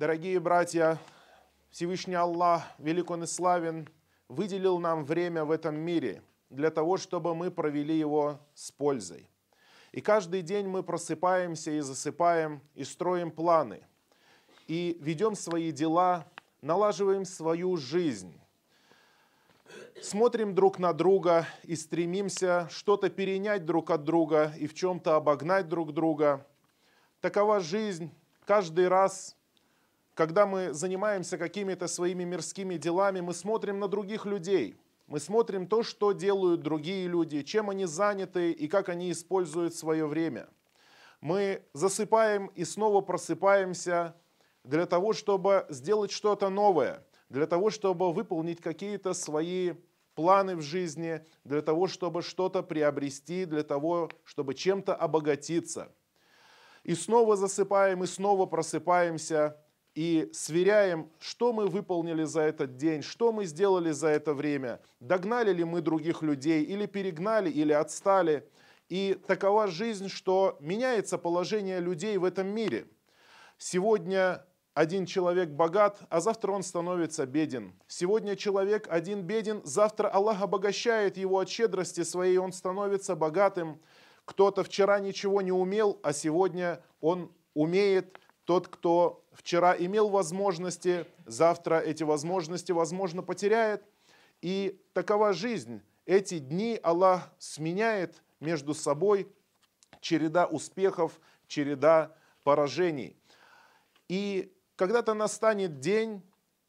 Дорогие братья, Всевышний Аллах, велик Он и славен, выделил нам время в этом мире для того, чтобы мы провели его с пользой. И каждый день мы просыпаемся и засыпаем, и строим планы, и ведем свои дела, налаживаем свою жизнь. Смотрим друг на друга и стремимся что-то перенять друг от друга и в чем-то обогнать друг друга. Такова жизнь. Каждый раз, когда мы занимаемся какими-то своими мирскими делами, мы смотрим на других людей. Мы смотрим то, что делают другие люди, чем они заняты и как они используют свое время. Мы засыпаем и снова просыпаемся для того, чтобы сделать что-то новое, для того, чтобы выполнить какие-то свои планы в жизни, для того, чтобы что-то приобрести, для того, чтобы чем-то обогатиться. И снова засыпаем, и снова просыпаемся, и сверяем, что мы выполнили за этот день, что мы сделали за это время, догнали ли мы других людей, или перегнали, или отстали. И такова жизнь, что меняется положение людей в этом мире. Сегодня один человек богат, а завтра он становится беден. Сегодня человек один беден, завтра Аллах обогащает его от щедрости своей, он становится богатым. Кто-то вчера ничего не умел, а сегодня он умеет. Тот, кто вчера имел возможности, завтра эти возможности, возможно, потеряет. И такова жизнь. Эти дни Аллах сменяет между собой, череда успехов, череда поражений. И когда-то настанет день,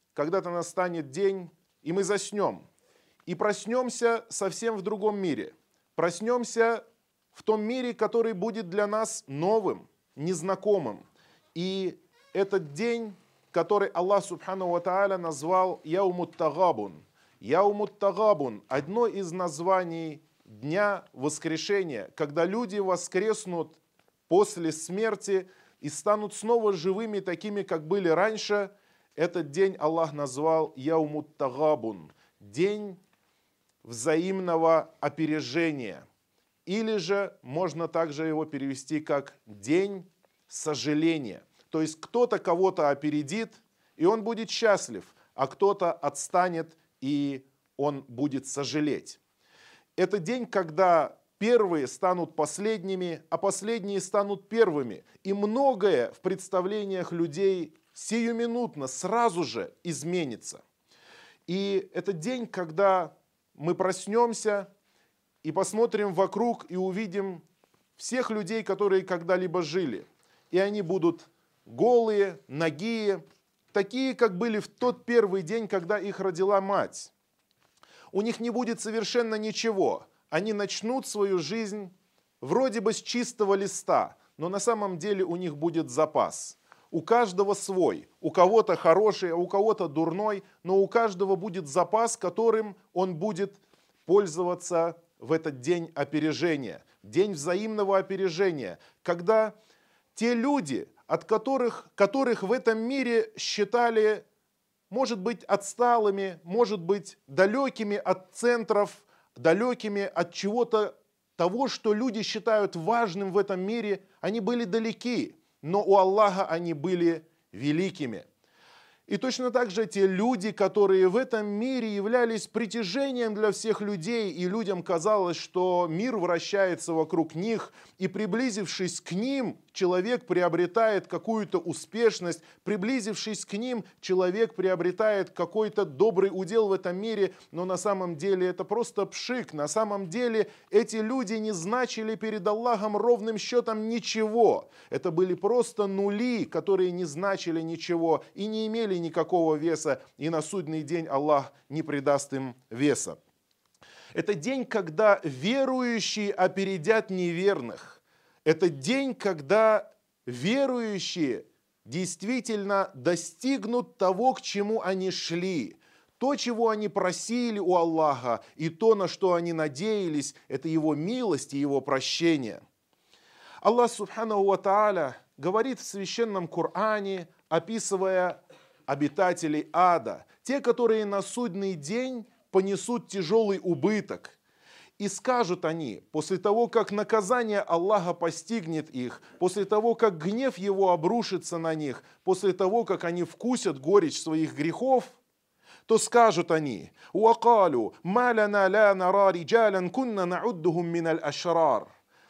и мы заснем. И проснемся совсем в другом мире. Проснемся в том мире, который будет для нас новым, незнакомым. И этот день, который Аллах Субхану ва Тааля назвал Яумут Тагабун. Яумут Тагабун – одно из названий Дня Воскрешения, когда люди воскреснут после смерти и станут снова живыми, такими, как были раньше. Этот день Аллах назвал Яумут Тагабун – день взаимного опережения. Или же можно также его перевести как день сожаления. То есть кто-то кого-то опередит, и он будет счастлив, а кто-то отстанет, и он будет сожалеть. Это день, когда первые станут последними, а последние станут первыми. И многое в представлениях людей сиюминутно, сразу же изменится. И это день, когда мы проснемся и посмотрим вокруг и увидим всех людей, которые когда-либо жили. И они будут голые, нагие, такие, как были в тот первый день, когда их родила мать. У них не будет совершенно ничего. Они начнут свою жизнь вроде бы с чистого листа, но на самом деле у них будет запас. У каждого свой, у кого-то хороший, а у кого-то дурной, но у каждого будет запас, которым он будет пользоваться в этот день опережения, день взаимного опережения, когда те люди, от которых в этом мире считали, может быть, отсталыми, может быть, далекими от центров, далекими от чего-то того, что люди считают важным в этом мире, они были далеки, но у Аллаха они были великими. И точно так же те люди, которые в этом мире являлись притяжением для всех людей, и людям казалось, что мир вращается вокруг них, и приблизившись к ним, человек приобретает какую-то успешность, приблизившись к ним, человек приобретает какой-то добрый удел в этом мире, но на самом деле это просто пшик, на самом деле эти люди не значили перед Аллахом ровным счетом ничего. Это были просто нули, которые не значили ничего и не имели никакого веса, и на судный день Аллах не придаст им веса. Это день, когда верующие опередят неверных. Это день, когда верующие действительно достигнут того, к чему они шли. То, чего они просили у Аллаха, и то, на что они надеялись, это Его милость и Его прощение. Аллах Субхану ва Тааля говорит в Священном Коране, описывая обитателей ада, те, которые на судный день понесут тяжелый убыток. И скажут они, после того, как наказание Аллаха постигнет их, после того, как гнев Его обрушится на них, после того, как они вкусят горечь своих грехов, то скажут они: «Уакалу, ма лана ла нара риджалан кунна науддухум миналь ашрар».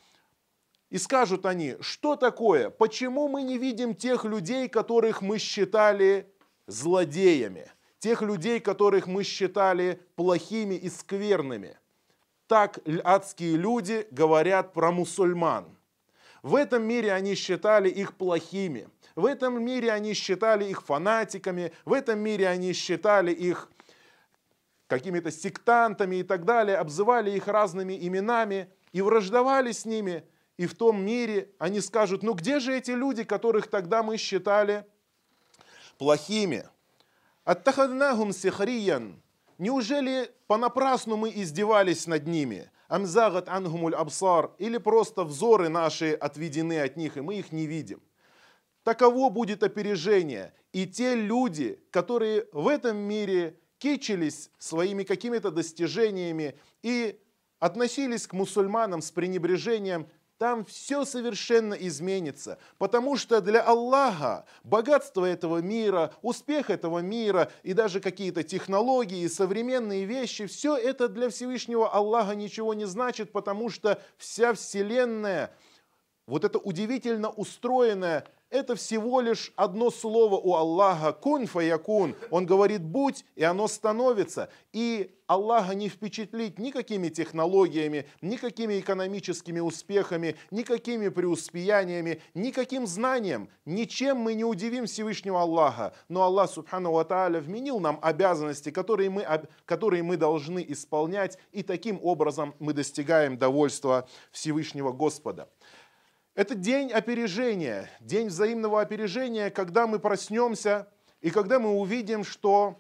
И скажут они: что такое? Почему мы не видим тех людей, которых мы считали злодеями, тех людей, которых мы считали плохими и скверными? Так адские люди говорят про мусульман. В этом мире они считали их плохими. В этом мире они считали их фанатиками. В этом мире они считали их какими-то сектантами и так далее. Обзывали их разными именами и враждовали с ними. И в том мире они скажут: ну где же эти люди, которых тогда мы считали плохими? «Аттахаднахум сихриян». Неужели понапрасну мы издевались над ними? «Амзагат ангумуль абсар». Или просто взоры наши отведены от них, и мы их не видим. Таково будет опережение. И те люди, которые в этом мире кичились своими какими-то достижениями и относились к мусульманам с пренебрежением, там все совершенно изменится. Потому что для Аллаха богатство этого мира, успех этого мира и даже какие-то технологии, современные вещи, все это для Всевышнего Аллаха ничего не значит, потому что вся вселенная, вот это удивительно устроенное, это всего лишь одно слово у Аллаха: кун фаякун. Он говорит: будь, и оно становится. И Аллаха не впечатлить никакими технологиями, никакими экономическими успехами, никакими преуспеяниями, никаким знанием. Ничем мы не удивим Всевышнего Аллаха. Но Аллах Субхану ва Тааля вменил нам обязанности, которые мы должны исполнять, и таким образом мы достигаем довольства Всевышнего Господа. Это день опережения, день взаимного опережения, когда мы проснемся и когда мы увидим, что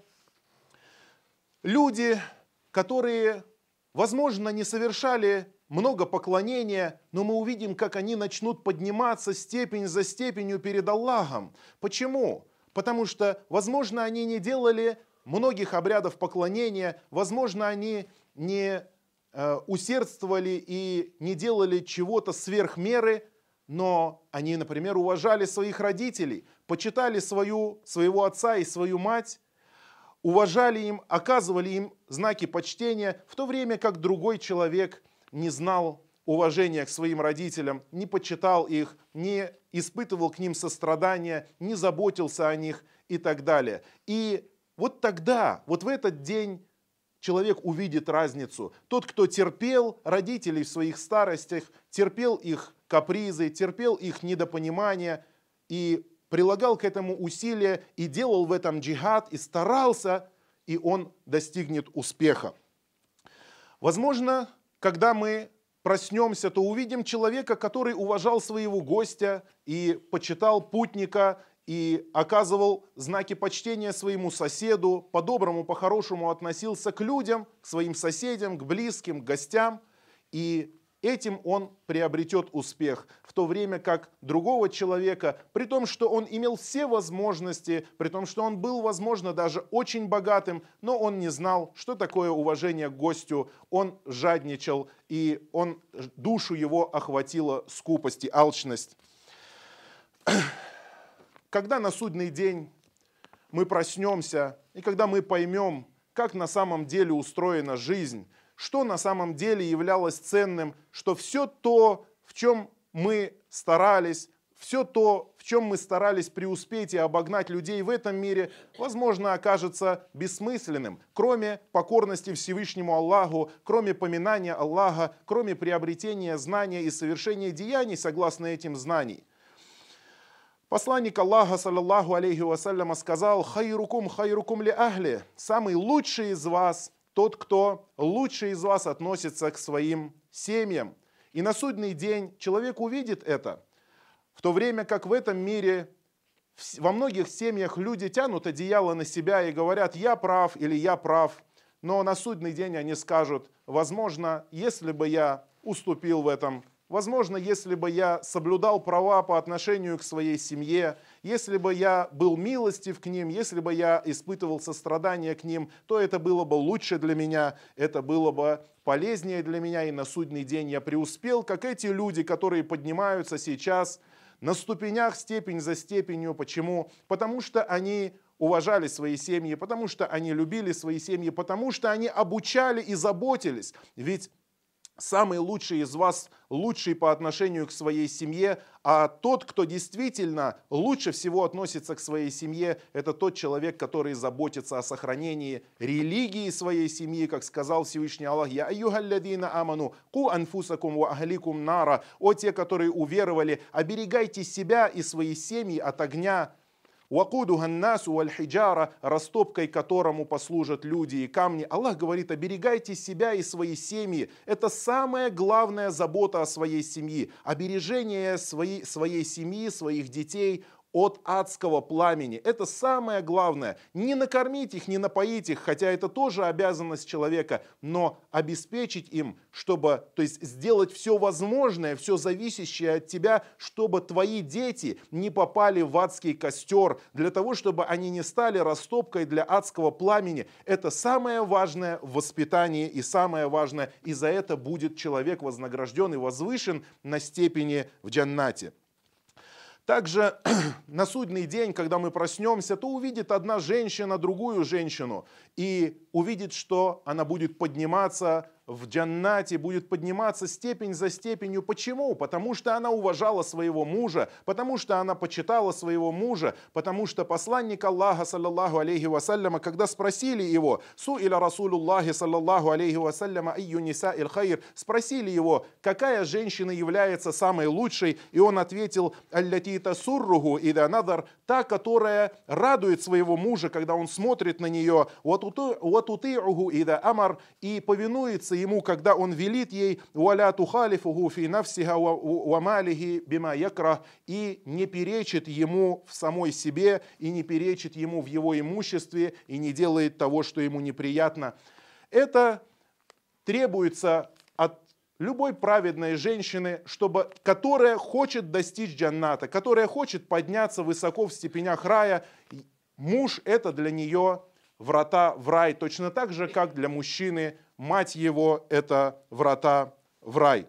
люди, которые, возможно, не совершали много поклонения, но мы увидим, как они начнут подниматься степень за степенью перед Аллахом. Почему? Потому что, возможно, они не делали многих обрядов поклонения, возможно, они не усердствовали и не делали чего-то сверх меры, но они, например, уважали своих родителей, почитали своего отца и свою мать, уважали им, оказывали им знаки почтения, в то время как другой человек не знал уважения к своим родителям, не почитал их, не испытывал к ним сострадания, не заботился о них и так далее. И вот тогда, вот в этот день человек увидит разницу. Тот, кто терпел родителей в своих старостях, терпел их капризы, терпел их недопонимание и прилагал к этому усилия, и делал в этом джихад, и старался, и он достигнет успеха. Возможно, когда мы проснемся, то увидим человека, который уважал своего гостя и почитал путника, и оказывал знаки почтения своему соседу, по-доброму, по-хорошему относился к людям, к своим соседям, к близким, к гостям, и этим он приобретет успех, в то время как другого человека, при том, что он имел все возможности, при том, что он был, возможно, даже очень богатым, но он не знал, что такое уважение к гостю, он жадничал, и душу его охватила скупость и алчность. Когда на судный день мы проснемся, и когда мы поймем, как на самом деле устроена жизнь, что на самом деле являлось ценным, что все то, в чем мы старались, все то, в чем мы старались преуспеть и обогнать людей в этом мире, возможно, окажется бессмысленным, кроме покорности Всевышнему Аллаху, кроме поминания Аллаха, кроме приобретения знания и совершения деяний согласно этим знаниям. Посланник Аллаха, саллаллаху алейхи вассаляма, сказал: «Хайрукум хайрукум ли ахли». Самый лучший из вас, тот, кто лучше из вас относится к своим семьям. И на судный день человек увидит это. В то время как в этом мире во многих семьях люди тянут одеяло на себя и говорят: «Я прав» или «Я прав». Но на судный день они скажут: «Возможно, если бы я уступил в этом, Возможно, если бы я соблюдал права по отношению к своей семье, если бы я был милостив к ним, если бы я испытывал сострадание к ним, то это было бы лучше для меня, это было бы полезнее для меня, и на судный день я преуспел, как эти люди, которые поднимаются сейчас на ступенях степень за степенью. Почему? Потому что они уважали свои семьи, потому что они любили свои семьи, потому что они обучали и заботились. Ведь самый лучший из вас лучший по отношению к своей семье, а тот, кто действительно лучше всего относится к своей семье, это тот человек, который заботится о сохранении религии своей семьи, как сказал Всевышний Аллах: «Я айюхалладина аману, ку анфусакум ва ахликум нара». О те, которые уверовали, оберегайте себя и свои семьи от огня. «Вакудуха насу валь хиджара», растопкой которому послужат люди и камни. Аллах говорит: оберегайте себя и свои семьи. Это самая главная забота о своей семье. Обережение своей семьи, своих детей от адского пламени. Это самое главное. Не накормить их, не напоить их, хотя это тоже обязанность человека, но обеспечить им, чтобы, то есть сделать все возможное, все зависящее от тебя, чтобы твои дети не попали в адский костер, для того, чтобы они не стали растопкой для адского пламени. Это самое важное в воспитании и самое важное, и за это будет человек вознагражден и возвышен на степени в джаннате. Также на судный день, когда мы проснемся, то увидит одна женщина другую женщину и увидит, что она будет подниматься в джаннате, будет подниматься степень за степенью. Почему? Потому что она уважала своего мужа, потому что она почитала своего мужа, потому что посланник Аллаха, саллаллаху алейхи вассаляма, когда спросили его, суиля расулуллахи, саллаллаху алейхи вассаляма, айю ниса иль хайр, спросили его, какая женщина является самой лучшей, и он ответил: аллати тасурругу ида надар, та, которая радует своего мужа, когда он смотрит на нее, ватути'уху ида амар, и повинуется ему, когда он велит ей, валя тухалифуху фи нафсиха ва малихи бима якрах, и не перечит ему в самой себе, и не перечит ему в его имуществе, и не делает того, что ему неприятно. Это требуется от любой праведной женщины, которая хочет достичь джанната, которая хочет подняться высоко в степенях рая. Муж – это для нее врата в рай, точно так же, как для мужчины мать его – это врата в рай.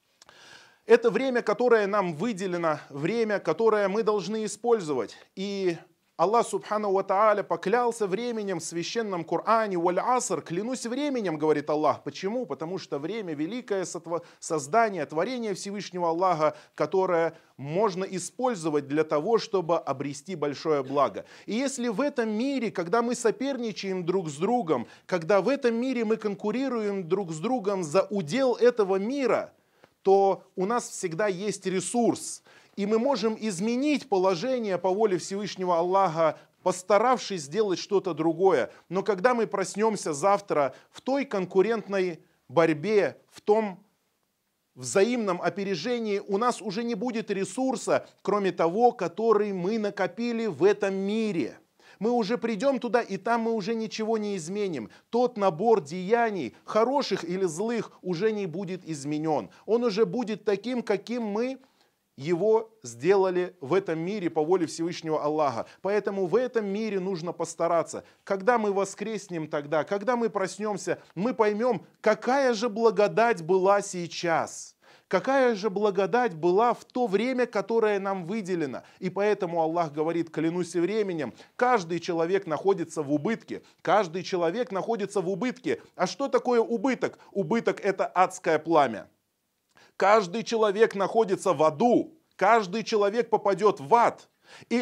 Это время, которое нам выделено, время, которое мы должны использовать. И Аллах Субхану ва Тааля поклялся временем в священном Коране: «Валь аср», клянусь временем, говорит Аллах. Почему? Потому что время — великое создание, творение Всевышнего Аллаха, которое можно использовать для того, чтобы обрести большое благо. И если в этом мире, когда мы соперничаем друг с другом, когда в этом мире мы конкурируем друг с другом за удел этого мира, то у нас всегда есть ресурс. И мы можем изменить положение по воле Всевышнего Аллаха, постаравшись сделать что-то другое. Но когда мы проснемся завтра в той конкурентной борьбе, в том взаимном опережении, у нас уже не будет ресурса, кроме того, который мы накопили в этом мире. Мы уже придем туда, и там мы уже ничего не изменим. Тот набор деяний, хороших или злых, уже не будет изменен. Он уже будет таким, каким мы его сделали в этом мире по воле Всевышнего Аллаха. Поэтому в этом мире нужно постараться. Когда мы воскреснем тогда, когда мы проснемся, мы поймем, какая же благодать была сейчас. Какая же благодать была в то время, которое нам выделено. И поэтому Аллах говорит: клянусь временем, каждый человек находится в убытке. Каждый человек находится в убытке. А что такое убыток? Убыток — это адское пламя. Каждый человек находится в аду. Каждый человек попадет в ад.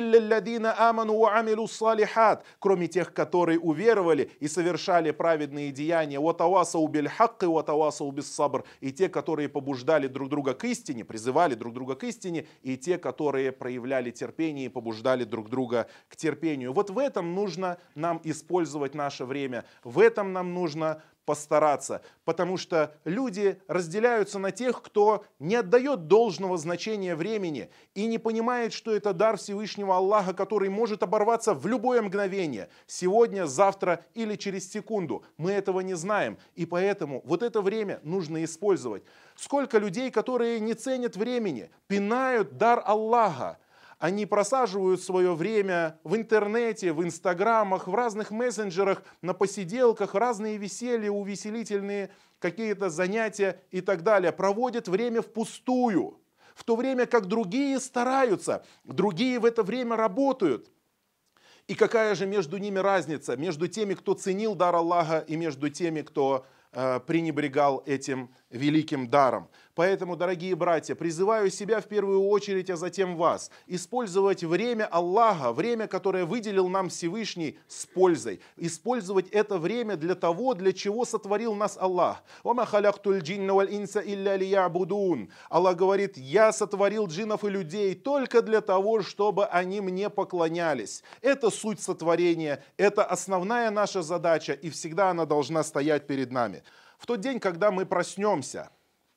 Кроме тех, которые уверовали и совершали праведные деяния. И те, которые побуждали друг друга к истине, призывали друг друга к истине, и те, которые проявляли терпение и побуждали друг друга к терпению. Вот в этом нужно нам использовать наше время. В этом нам нужно постараться, потому что люди разделяются на тех, кто не отдает должного значения времени и не понимает, что это дар Всевышнего Аллаха, который может оборваться в любое мгновение, сегодня, завтра или через секунду. Мы этого не знаем, и поэтому вот это время нужно использовать. Сколько людей, которые не ценят времени, пинают дар Аллаха. Они просаживают свое время в интернете, в инстаграмах, в разных мессенджерах, на посиделках, разные веселья, увеселительные какие-то занятия и так далее. Проводят время впустую, в то время как другие стараются, другие в это время работают. И какая же между ними разница? Между теми, кто ценил дар Аллаха, и между теми, кто пренебрегал этим великим даром. Поэтому, дорогие братья, призываю себя в первую очередь, а затем вас, использовать время Аллаха, время, которое выделил нам Всевышний, с пользой. Использовать это время для того, для чего сотворил нас Аллах. Аллах говорит: я сотворил джиннов и людей только для того, чтобы они мне поклонялись. Это суть сотворения, это основная наша задача, и всегда она должна стоять перед нами. В тот день, когда мы проснемся,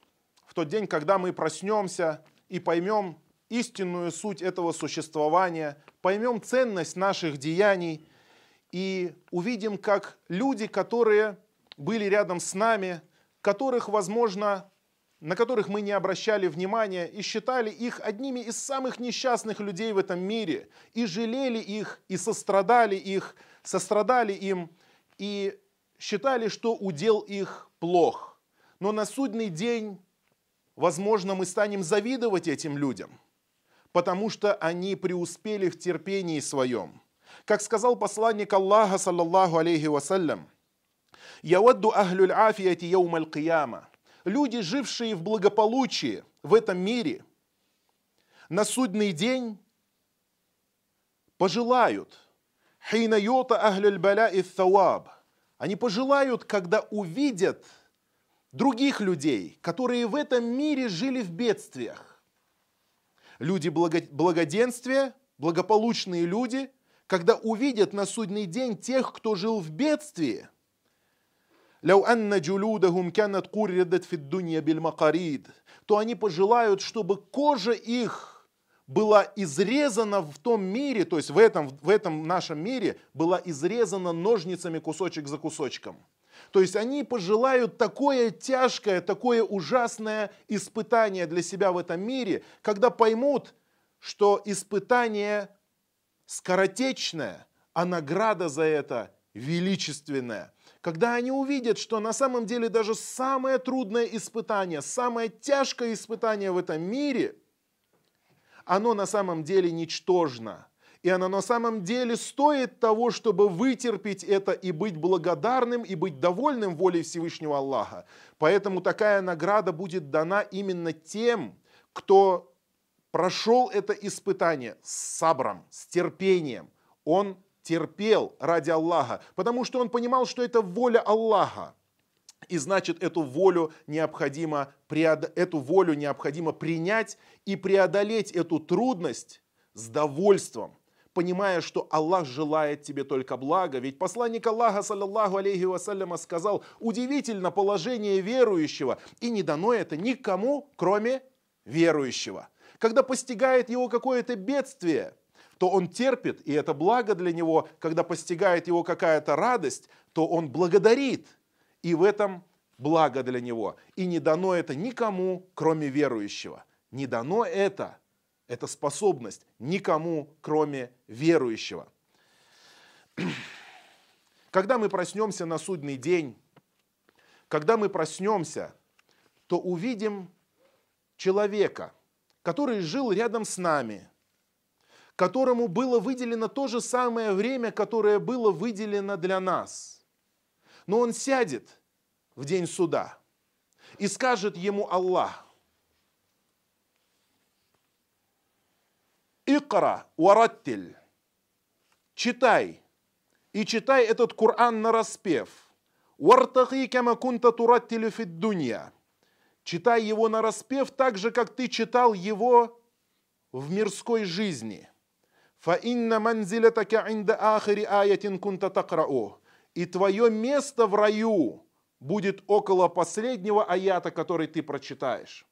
и поймем истинную суть этого существования, поймем ценность наших деяний и увидим, как люди, которые были рядом с нами, которых, возможно, на которых мы не обращали внимания и считали их одними из самых несчастных людей в этом мире, и жалели их, и сострадали им, и считали, что удел их плох. Но на судный день, возможно, мы станем завидовать этим людям, потому что они преуспели в терпении своем. Как сказал посланник Аллаха, саллаллаху алейхи вассалям: «Явадду ахлюль афияти яумаль кияма». Люди, жившие в благополучии в этом мире, на судный день пожелают «хина йота ахлюль бала'i th-thawab». Они пожелают, когда увидят других людей, которые в этом мире жили в бедствиях. Люди благоденствия, благополучные люди, когда увидят на судный день тех, кто жил в бедствии, то они пожелают, чтобы кожа их была изрезана в том мире, то есть в этом нашем мире была изрезана ножницами кусочек за кусочком. То есть они пожелают такое тяжкое, такое ужасное испытание для себя в этом мире, когда поймут, что испытание скоротечное, а награда за это величественная. Когда они увидят, что на самом деле даже самое трудное испытание, самое тяжкое испытание в этом мире, оно на самом деле ничтожно. И оно на самом деле стоит того, чтобы вытерпеть это и быть благодарным, и быть довольным волей Всевышнего Аллаха. Поэтому такая награда будет дана именно тем, кто прошел это испытание с сабром, с терпением. Он терпел ради Аллаха, потому что он понимал, что это воля Аллаха. И значит, эту волю необходимо принять и преодолеть эту трудность с довольством, понимая, что Аллах желает тебе только блага. Ведь посланник Аллаха, саллаллаху алейхи вассаляма, сказал: удивительно положение верующего, и не дано это никому, кроме верующего. Когда постигает его какое-то бедствие, то он терпит, и это благо для него. Когда постигает его какая-то радость, то он благодарит, и в этом благо для него. И не дано это никому, кроме верующего. Не дано это, эта способность, никому, кроме верующего. Когда мы проснемся на судный день, когда мы проснемся, то увидим человека, который жил рядом с нами, которому было выделено то же самое время, которое было выделено для нас. Но он сядет в день суда и скажет ему Аллах: «Икра вараттиль», читай, и читай этот Коран нараспев. «Вартахи кама кунта тураттилю фид дунья», читай его нараспев так же, как ты читал его в мирской жизни. «Фаинна манзилатака инда ахири аятин кунта такрау», и твое место в раю будет около последнего аята, который ты прочитаешь.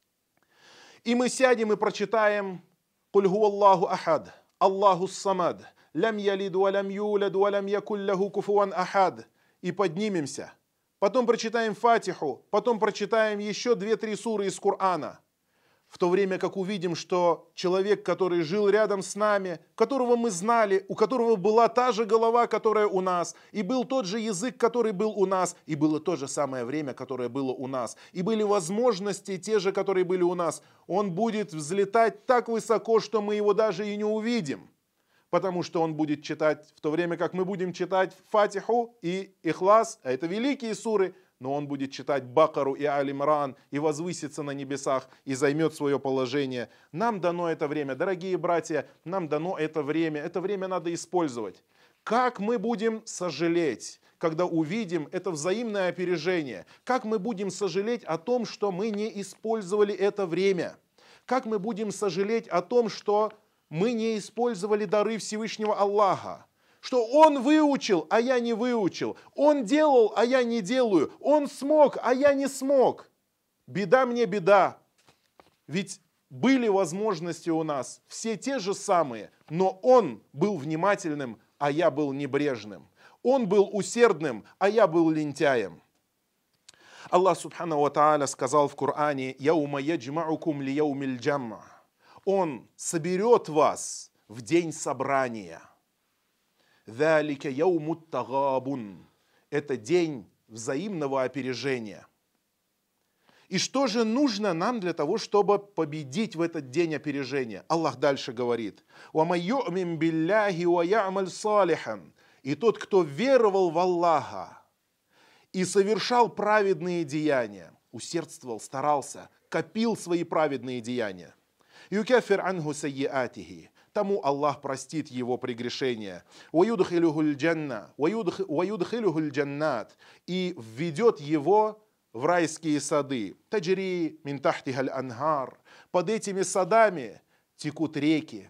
И мы сядем и прочитаем «Куль хуаллаху ахад, Аллаху самад, лям ялид ва лям юлад ва лям якуль лаху куфуан ахад» и поднимемся. Потом прочитаем Фатиху, потом прочитаем еще 2-3 суры из Корана. В то время как увидим, что человек, который жил рядом с нами, которого мы знали, у которого была та же голова, которая у нас, и был тот же язык, который был у нас, и было то же самое время, которое было у нас, и были возможности те же, которые были у нас, он будет взлетать так высоко, что мы его даже и не увидим. Потому что он будет читать, в то время как мы будем читать Фатиху и Ихлас, а это великие суры, но он будет читать Бакару и Аль-Имран и возвысится на небесах и займет свое положение. Нам дано это время, дорогие братья, нам дано это время надо использовать. Как мы будем сожалеть, когда увидим это взаимное опережение? Как мы будем сожалеть о том, что мы не использовали это время? Как мы будем сожалеть о том, что мы не использовали дары Всевышнего Аллаха? Что он выучил, а я не выучил. Он делал, а я не делаю. Он смог, а я не смог. Беда мне беда. Ведь были возможности у нас все те же самые, но он был внимательным, а я был небрежным. Он был усердным, а я был лентяем. Аллах Субхану ва Тааля сказал в Коране: «Яума яджма'укум ли яумиль джамма». Он соберет вас в день собрания. «Залика яумут тагабун». Это день взаимного опережения. И что же нужно нам для того, чтобы победить в этот день опережения? Аллах дальше говорит: «Ва май ю'мин билляхи ва я'маль салихан». И тот, кто веровал в Аллаха и совершал праведные деяния, усердствовал, старался, копил свои праведные деяния. «Юкафир анху сайяатихи». Тому Аллах простит его прегрешения. «Ваюдхилюхуль джанна», «Ваюдхилюхуль джаннат», и введет его в райские сады. «Таджри мин тахтихаль анхар». Под этими садами текут реки.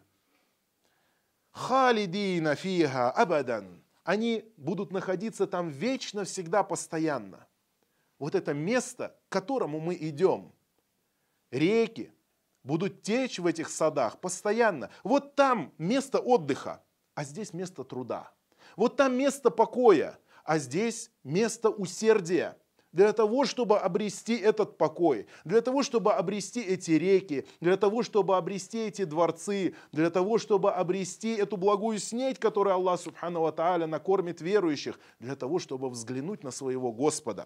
«Халидина фиха абадан». Они будут находиться там вечно, всегда, постоянно. Вот это место, к которому мы идем. Реки будут течь в этих садах постоянно. Вот там место отдыха, а здесь место труда. Вот там место покоя, а здесь место усердия. Для того, чтобы обрести этот покой, для того, чтобы обрести эти реки, для того, чтобы обрести эти дворцы, для того, чтобы обрести эту благую снеть, которую Аллах Субхану ва Тааля накормит верующих, для того, чтобы взглянуть на своего Господа.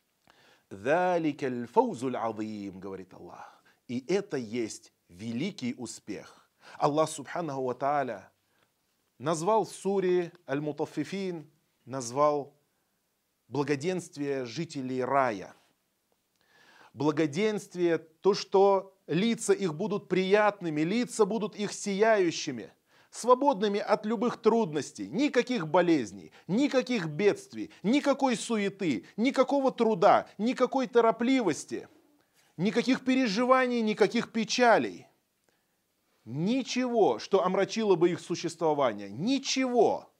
«Заликаль фаузуль азим», говорит Аллах. И это есть великий успех. Аллах Субхану ва Тааля назвал в суре Аль-Мутаффифин, назвал благоденствие жителей рая. Благоденствие, то, что лица их будут приятными, лица будут их сияющими, свободными от любых трудностей, никаких болезней, никаких бедствий, никакой суеты, никакого труда, никакой торопливости, никаких переживаний, никаких печалей. Ничего, что омрачило бы их существование. Ничего.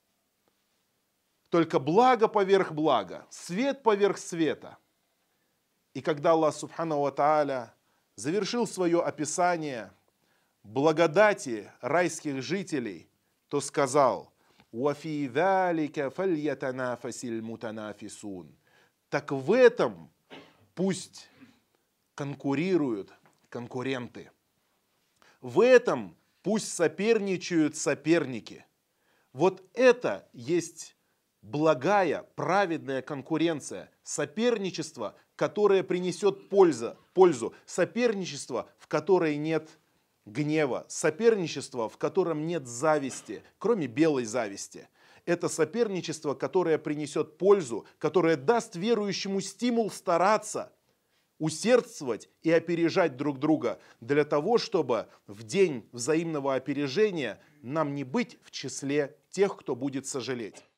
Только благо поверх блага, свет поверх света. И когда Аллах Субхану ва Тааля завершил свое описание благодати райских жителей, то сказал: «Уафи залика фальятанафасиль мутанафисун». Так в этом пусть конкурируют конкуренты. В этом пусть соперничают соперники. Вот это есть благая, праведная конкуренция, соперничество, которое принесет пользу, соперничество, в которой нет гнева, соперничество, в котором нет зависти, кроме белой зависти. Это соперничество, которое принесет пользу, которое даст верующему стимул стараться, усердствовать и опережать друг друга для того, чтобы в день взаимного опережения нам не быть в числе тех, кто будет сожалеть.